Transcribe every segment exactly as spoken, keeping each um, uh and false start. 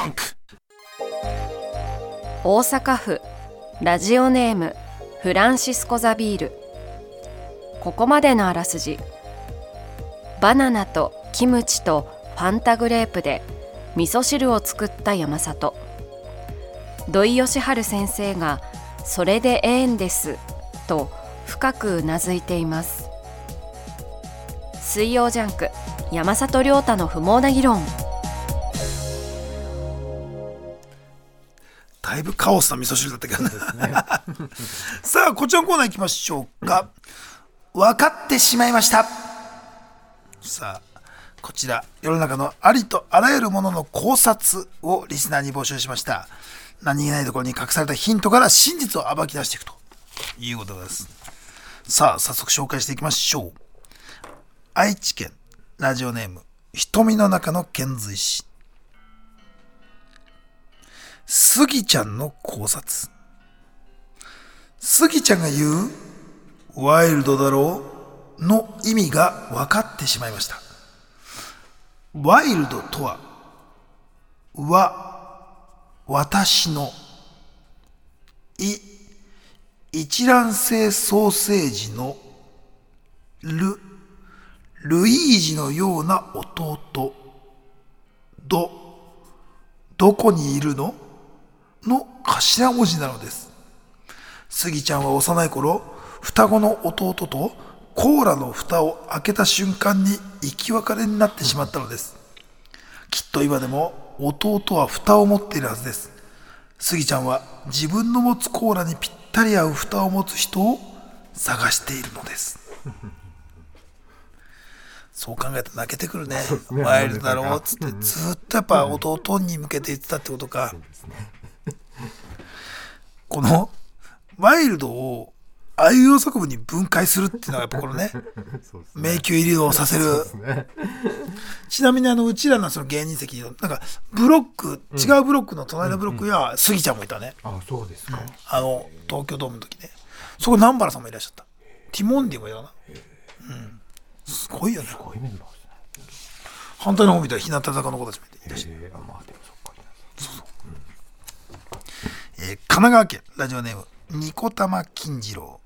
ンク。 大阪府ラジオネームフランシスコ・ザビール。ここまでのあらすじ。バナナとキムチとファンタグレープで味噌汁を作った山里。土井善晴先生がそれでええんですと深くうなずいています。水曜ジャンク、山里亮太の不毛な議論。 だいぶカオスな味噌汁だったけどねさあこちらのコーナー行きましょうか。分かってしまいました。さあこちら世の中のありとあらゆるものの考察をリスナーに募集しました。何気ないところに隠されたヒントから真実を暴き出していくということです。さあ早速紹介していきましょう。愛知県ラジオネーム瞳の中の遣隋使。スギちゃんの考察。スギちゃんが言うワイルドだろうの意味が分かってしまいました。ワイルドとはわ私のい一卵性ソーセージのルルイージのような弟。どどこにいるのの頭文字なのです。スギちゃんは幼い頃、双子の弟とコーラの蓋を開けた瞬間に生き別れになってしまったのです。きっと今でも弟は蓋を持っているはずです。スギちゃんは自分の持つコーラにぴったり合う蓋を持つ人を探しているのですそう考えたら泣けてくるね。ねワイルドだろうっつって、ずっとやっぱ弟に向けて言ってたってことか。このワイルドをあいうえお作文に分解するっていうのがやっぱこのね迷宮入りをさせる、ね、ちなみにあのうちらのその芸人席なんかブロック、うん、違うブロックの隣のブロックやスギちゃんもいたね、 うんうん、あそうですか、 うん、あの東京ドームの時ね。そこ南原さんもいらっしゃった。ティモンディもいたな、うんすごいよね。すごいメンバーですね。反対の方見たら日向坂の子たちもいらっしゃる。えーあまあ、でもそっかそうそう、うんえー、神奈川県ラジオネームニコタマ金次郎。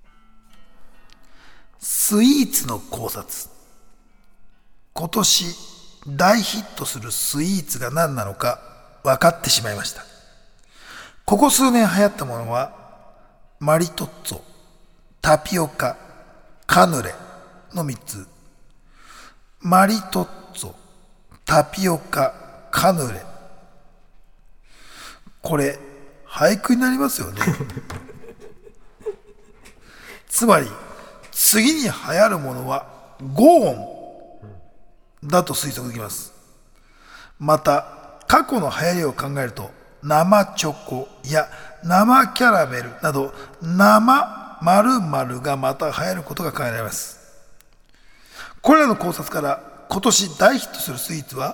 スイーツの考察。今年大ヒットするスイーツが何なのか分かってしまいました。ここ数年流行ったものはマリトッツォ、タピオカ、カヌレのみっつ。マリトッツォ、タピオカ、カヌレ。これ俳句になりますよねつまり次に流行るものはご音だと推測できます。また過去の流行りを考えると生チョコや生キャラメルなど生〇〇がまた流行ることが考えられます。これらの考察から今年大ヒットするスイーツは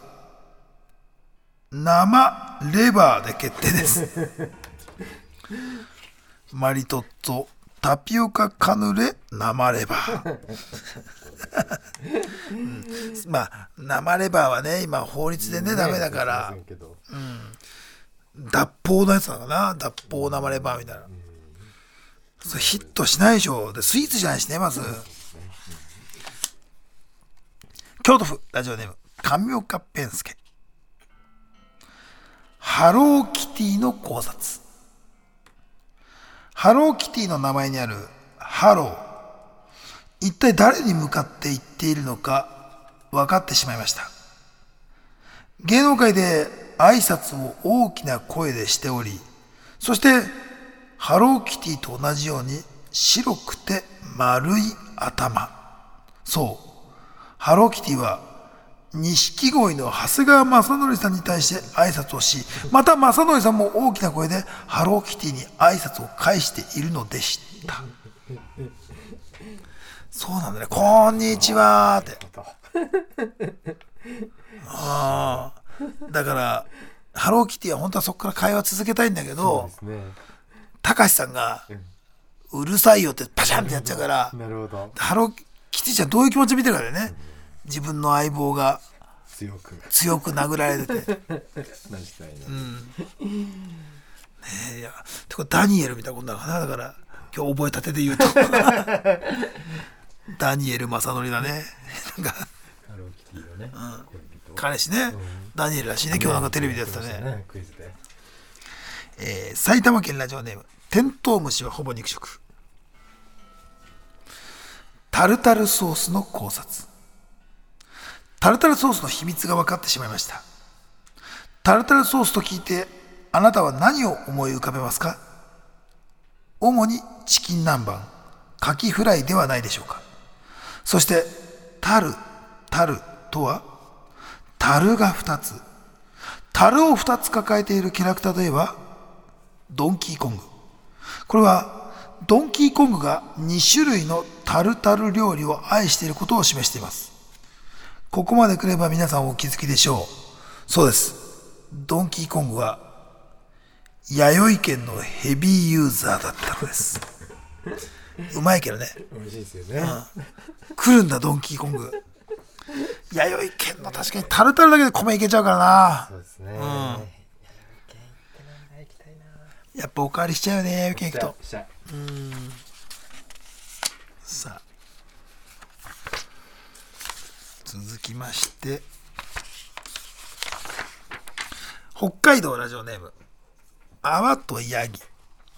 生レバーで決定ですマリトッツォ、タピオカ、カヌレ、生レバー、うん、まあ生レバーはね今法律でねダメだから、うん、脱法のやつなのかな。脱法生レバーみたいな、それヒットしないでしょ。でスイーツじゃないしね。まず京都府ラジオネーム上岡ペンスケ。ハローキティの考察。ハローキティの名前にあるハロー、一体誰に向かって言っているのか分かってしまいました。芸能界で挨拶を大きな声でしており、そしてハローキティと同じように白くて丸い頭。そう、ハローキティは錦鯉の長谷川雅紀さんに対して挨拶をし、また雅紀さんも大きな声でハローキティに挨拶を返しているのでした。そうなんだね。こんにちはーってあだからハローキティは本当はそこから会話続けたいんだけど、たかしさんがうるさいよってパシャンってやっちゃうから、なるほど。ハローキティちゃんどういう気持ちで見てるかだよね。自分の相棒が強く強く殴られてて何したいな、 うんねえ、いやてかダニエルみたいなことだからな。だから今日覚えたてで言うとダニエル正則だね。なんかハローキティのね、 うん恋人彼氏ね、 うんダニエルらしいね。今日なんかテレビでやってたね。 ねクイズで。 えー埼玉県ラジオネームテントウムシはほぼ肉食。タルタルソースの考察。タルタルソースの秘密が分かってしまいました。タルタルソースと聞いてあなたは何を思い浮かべますか？主にチキン南蛮、カキフライではないでしょうか。そしてタルタルとは樽がふたつ、樽をふたつ抱えているキャラクターといえばドンキーコング。これはドンキーコングがに種類のタルタル料理を愛していることを示しています。ここまで来れば皆さんお気づきでしょう。そうです、ドンキーコングは弥生県のヘビーユーザーだったのです。うまいけどね。 美味しいですよね、 うん、来るんだドンキーコング。弥生県の確かにタルタルだけで米いけちゃうからな。 そうですね、 うん、 行きたいな。 やっぱおかわりしちゃうよね、弥生県行くと。 したいうん、さあ続きまして、北海道ラジオネーム泡とヤギ。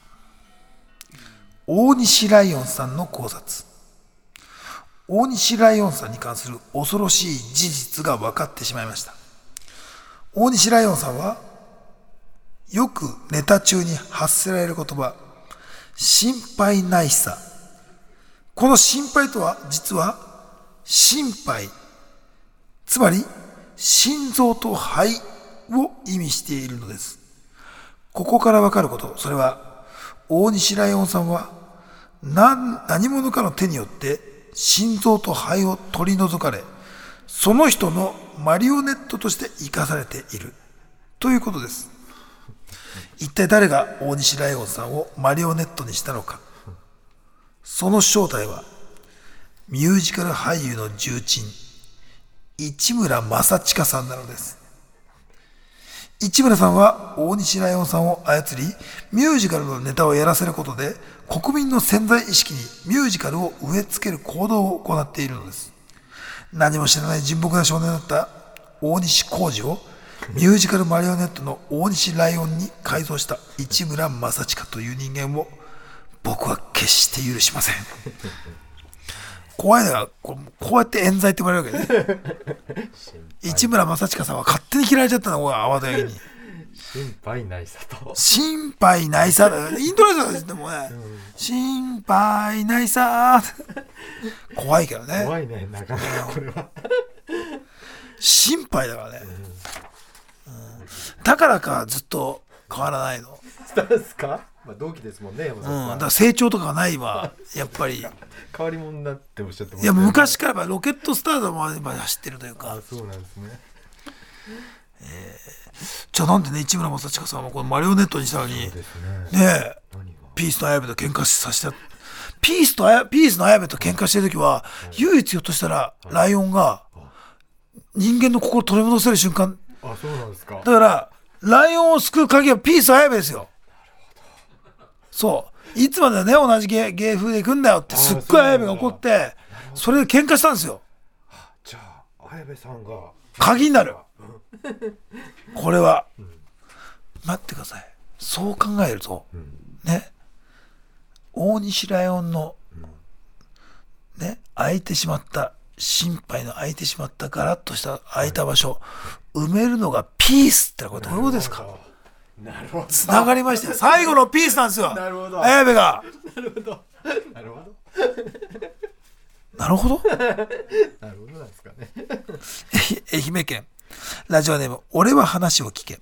大西ライオンさんの考察。大西ライオンさんに関する恐ろしい事実が分かってしまいました。大西ライオンさんはよくネタ中に発せられる言葉、心配ないさ。この心配とは実は心肺、つまり心臓と肺を意味しているのです。ここから分かること、それは大西ライオンさんは何、何者かの手によって心臓と肺を取り除かれ、その人のマリオネットとして生かされているということです。一体誰が大西ライオンさんをマリオネットにしたのか。その正体はミュージカル俳優の重鎮、市村正親さんなのです。市村さんは大西ライオンさんを操り、ミュージカルのネタをやらせることで国民の潜在意識にミュージカルを植え付ける行動を行っているのです。何も知らない純朴な少年だった大西浩二をミュージカルマリオネットの大西ライオンに改造した市村正親という人間を僕は決して許しません。怖いのがこう、こうやって冤罪って言われるわけね。市村正親さんは勝手に嫌われちゃったの、泡とヤギに。 心配ないさと。 心配ないさだ。イントネーションですでもね、うん、心配ないさ。怖いけどね。 怖いね、なかなかこれは。 心配だからね、うんうん。だからかずっと変わらないの。 そうですか？まあ、同期ですもんね、山崎さん。うん、だから成長とかないわ、やっぱり。 変わり者になっておっしゃってますね。 いや、昔からロケットスタートまで走ってるというか。 あ、そうなんですね。 えー、じゃあなんでね、市村正親さんはこのマリオネットにしたのに、ねえ、ピースと綾部と喧嘩させた。ピースとあやピースの綾部と喧嘩してるときは、唯一ひょっとしたらライオンが人間の心を取り戻せる瞬間。 あ、そうなんですか。 だからライオンを救う鍵はピースと綾部ですよ。そう、いつまでね同じ芸芸風でいくんだよってすっごい綾部が怒って、それで喧嘩したんですよ。 じゃあ綾部さんが鍵になる。これは、うん、待ってください。そう考えると、うん、ね、大西ライオンの、うん、ね、空いてしまった心配の空いてしまったガラッとした空いた場所、はい、埋めるのがピースってこれどういうことですか。 なるほど。 つながりましたよ。最後のピースなんですよ。 なるほど。 綾部が。 なるほど。なるほど。 なるほど。 なるほどなんですかね。 愛媛県ラジオネーム俺は話を聞け。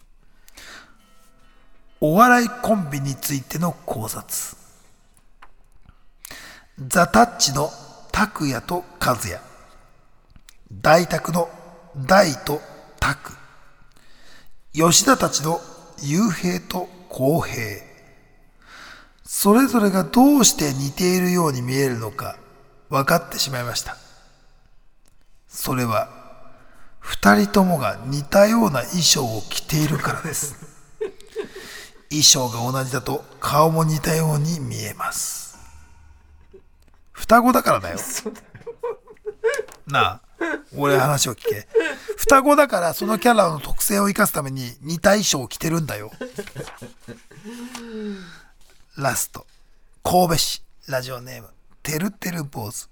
お笑いコンビについての考察。ザ・タッチの拓也と和也、大拓の大と拓、吉田たちの雄平と公平、それぞれがどうして似ているように見えるのか分かってしまいました。それは二人ともが似たような衣装を着ているからです。衣装が同じだと顔も似たように見えます。双子だからだよ。なあ、俺話を聞け。双子だからそのキャラの特性を生かすために似た衣装を着てるんだよ。ラスト、神戸市ラジオネームてるてる坊主。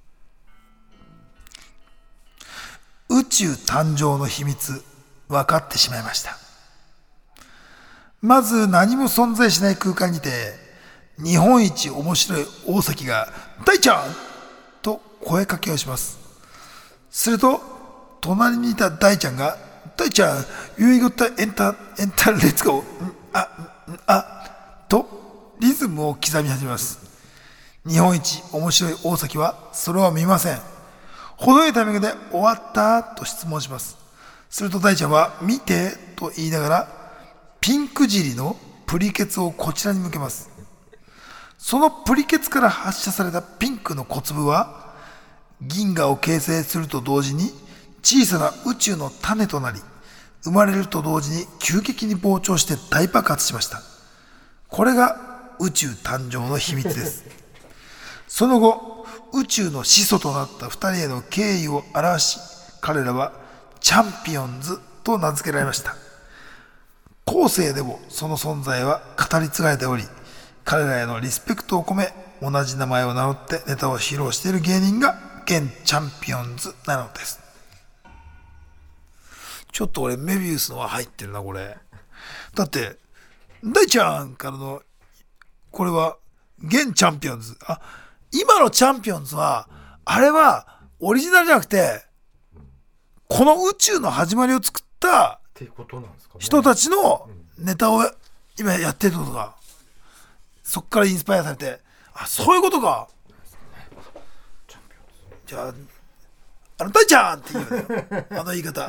宇宙誕生の秘密分かってしまいました。まず何も存在しない空間にて日本一面白い大崎が大ちゃんと声かけをします。すると隣にいた大ちゃんが大ちゃん You got enter enter let's go ああとリズムを刻み始めます。日本一面白い大崎はそれを見ません。程よいタイミングで終わったと質問します。すると大ちゃんは見てと言いながらピンク尻のプリケツをこちらに向けます。そのプリケツから発射されたピンクの小粒は銀河を形成すると同時に小さな宇宙の種となり、生まれると同時に急激に膨張して大爆発しました。これが宇宙誕生の秘密です。その後宇宙の始祖となった二人への敬意を表し、彼らはチャンピオンズと名付けられました。後世でもその存在は語り継がれており、彼らへのリスペクトを込め同じ名前を名乗ってネタを披露している芸人が現チャンピオンズなのです。ちょっと俺メビウスのは入ってるなこれ。だって大ちゃんからのこれは現チャンピオンズ、あ、今のチャンピオンズはあれはオリジナルじゃなくてこの宇宙の始まりを作った人たちのネタを今やってるってことか。そっからインスパイアされて、あ、そういうことか。じゃああの大ちゃんって言うよ、あの言い方。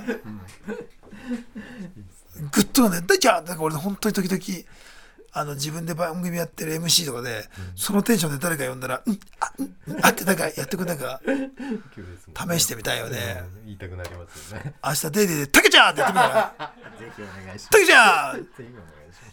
グッとね、大ちゃんってなんか俺本当に時々あの自分で番組やってる エムシー とかで、うん、そのテンションで誰か呼んだら、うん、あ、うん、あってなんかやってくれなんか試してみたいよね。 言いたくなりますよね。 明日デイデイでタケちゃんってやってみたら、 ぜひお願いします。 タケちゃん。ぜひお願いします。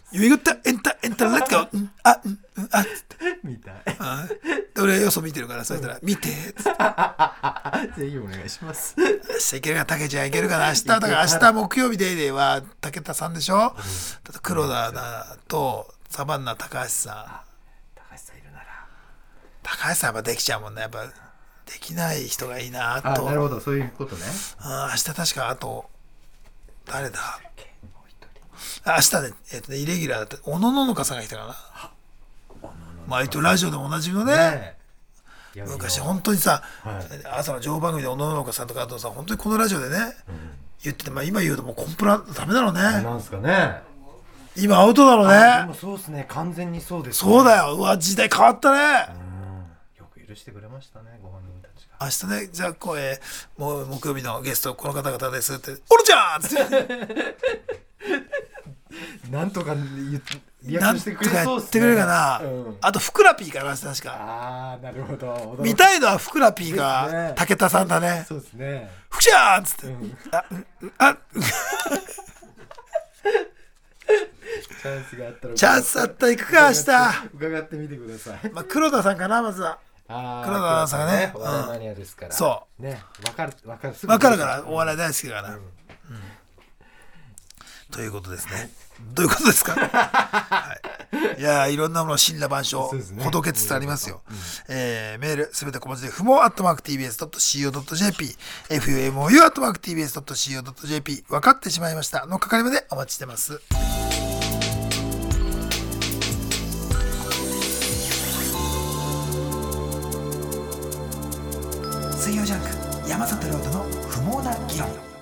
ゆいぐったエンタエンタレッツゴー、うん、あ、うん、あっつって。 見たい。 あで俺よそ見てるから、そしたら見てっつって。 ぜひお願いします。 明日いけるかタケちゃんいけるかな。明日だから明日木曜日デイデイは武田さんでしょ。うん、だと黒田とサバンナ高橋さん。 高橋さんいるなら。 高橋さんはできちゃうもんね。やっぱできない人がいいなと。 あ、なるほど、そういうことね。 あ、明日確かあと誰だ。明日ね、えっとね、イレギュラーだって小野ののかさんが来たかな。まあ、ラジオでもおなじみのね、ね、昔本当にさ、はい、朝の情報番組で小野ののかさんとかあとさ、本当にこのラジオでね、うん、言ってて、まあ、今言うともうコンプラダメだろうね。 なんすかね。 今アウトだろうね。 でもそうですね、完全にそうです、 ね。そうだよ。うわ、時代変わったね。 うん、よく許してくれましたね、ご本人たちが。 明日ね、じゃあこう、えー、もう木曜日のゲストこの方々ですって「おるちゃん!」っつってなんとかリアクションしてくれそうっすね。 なんとかやってくれるかな、うん、あとふくら P かな、確か。 ああ、なるほど。 見たいのはふくら P が、ね、武田さんだね。 そうですね。 ふくちゃんっつって、うん、ああチャンスがあったらチャンスあったら行くか、明日伺ってみてください。 まあ、黒田さんかな、まずは。あ、黒田さんがね、 お笑いマニアですから、 うん、そうね、分かる分かる分かるから、お笑い大好きだから、うんうん、ということですね。どういうことですか。はい、いやいろんなもの神羅万象、ね、ほどけつつありますよ。うん、えー、メールすべて小文字でふもアットマーク ティービーエスドットシーオードットジェーピー エフエムオーユー アットマーク ティービーエスドットシーオードットジェーピー 分かってしまいましたの係までお待ちしてます。水曜ジャンク山里亮太の不毛な議論。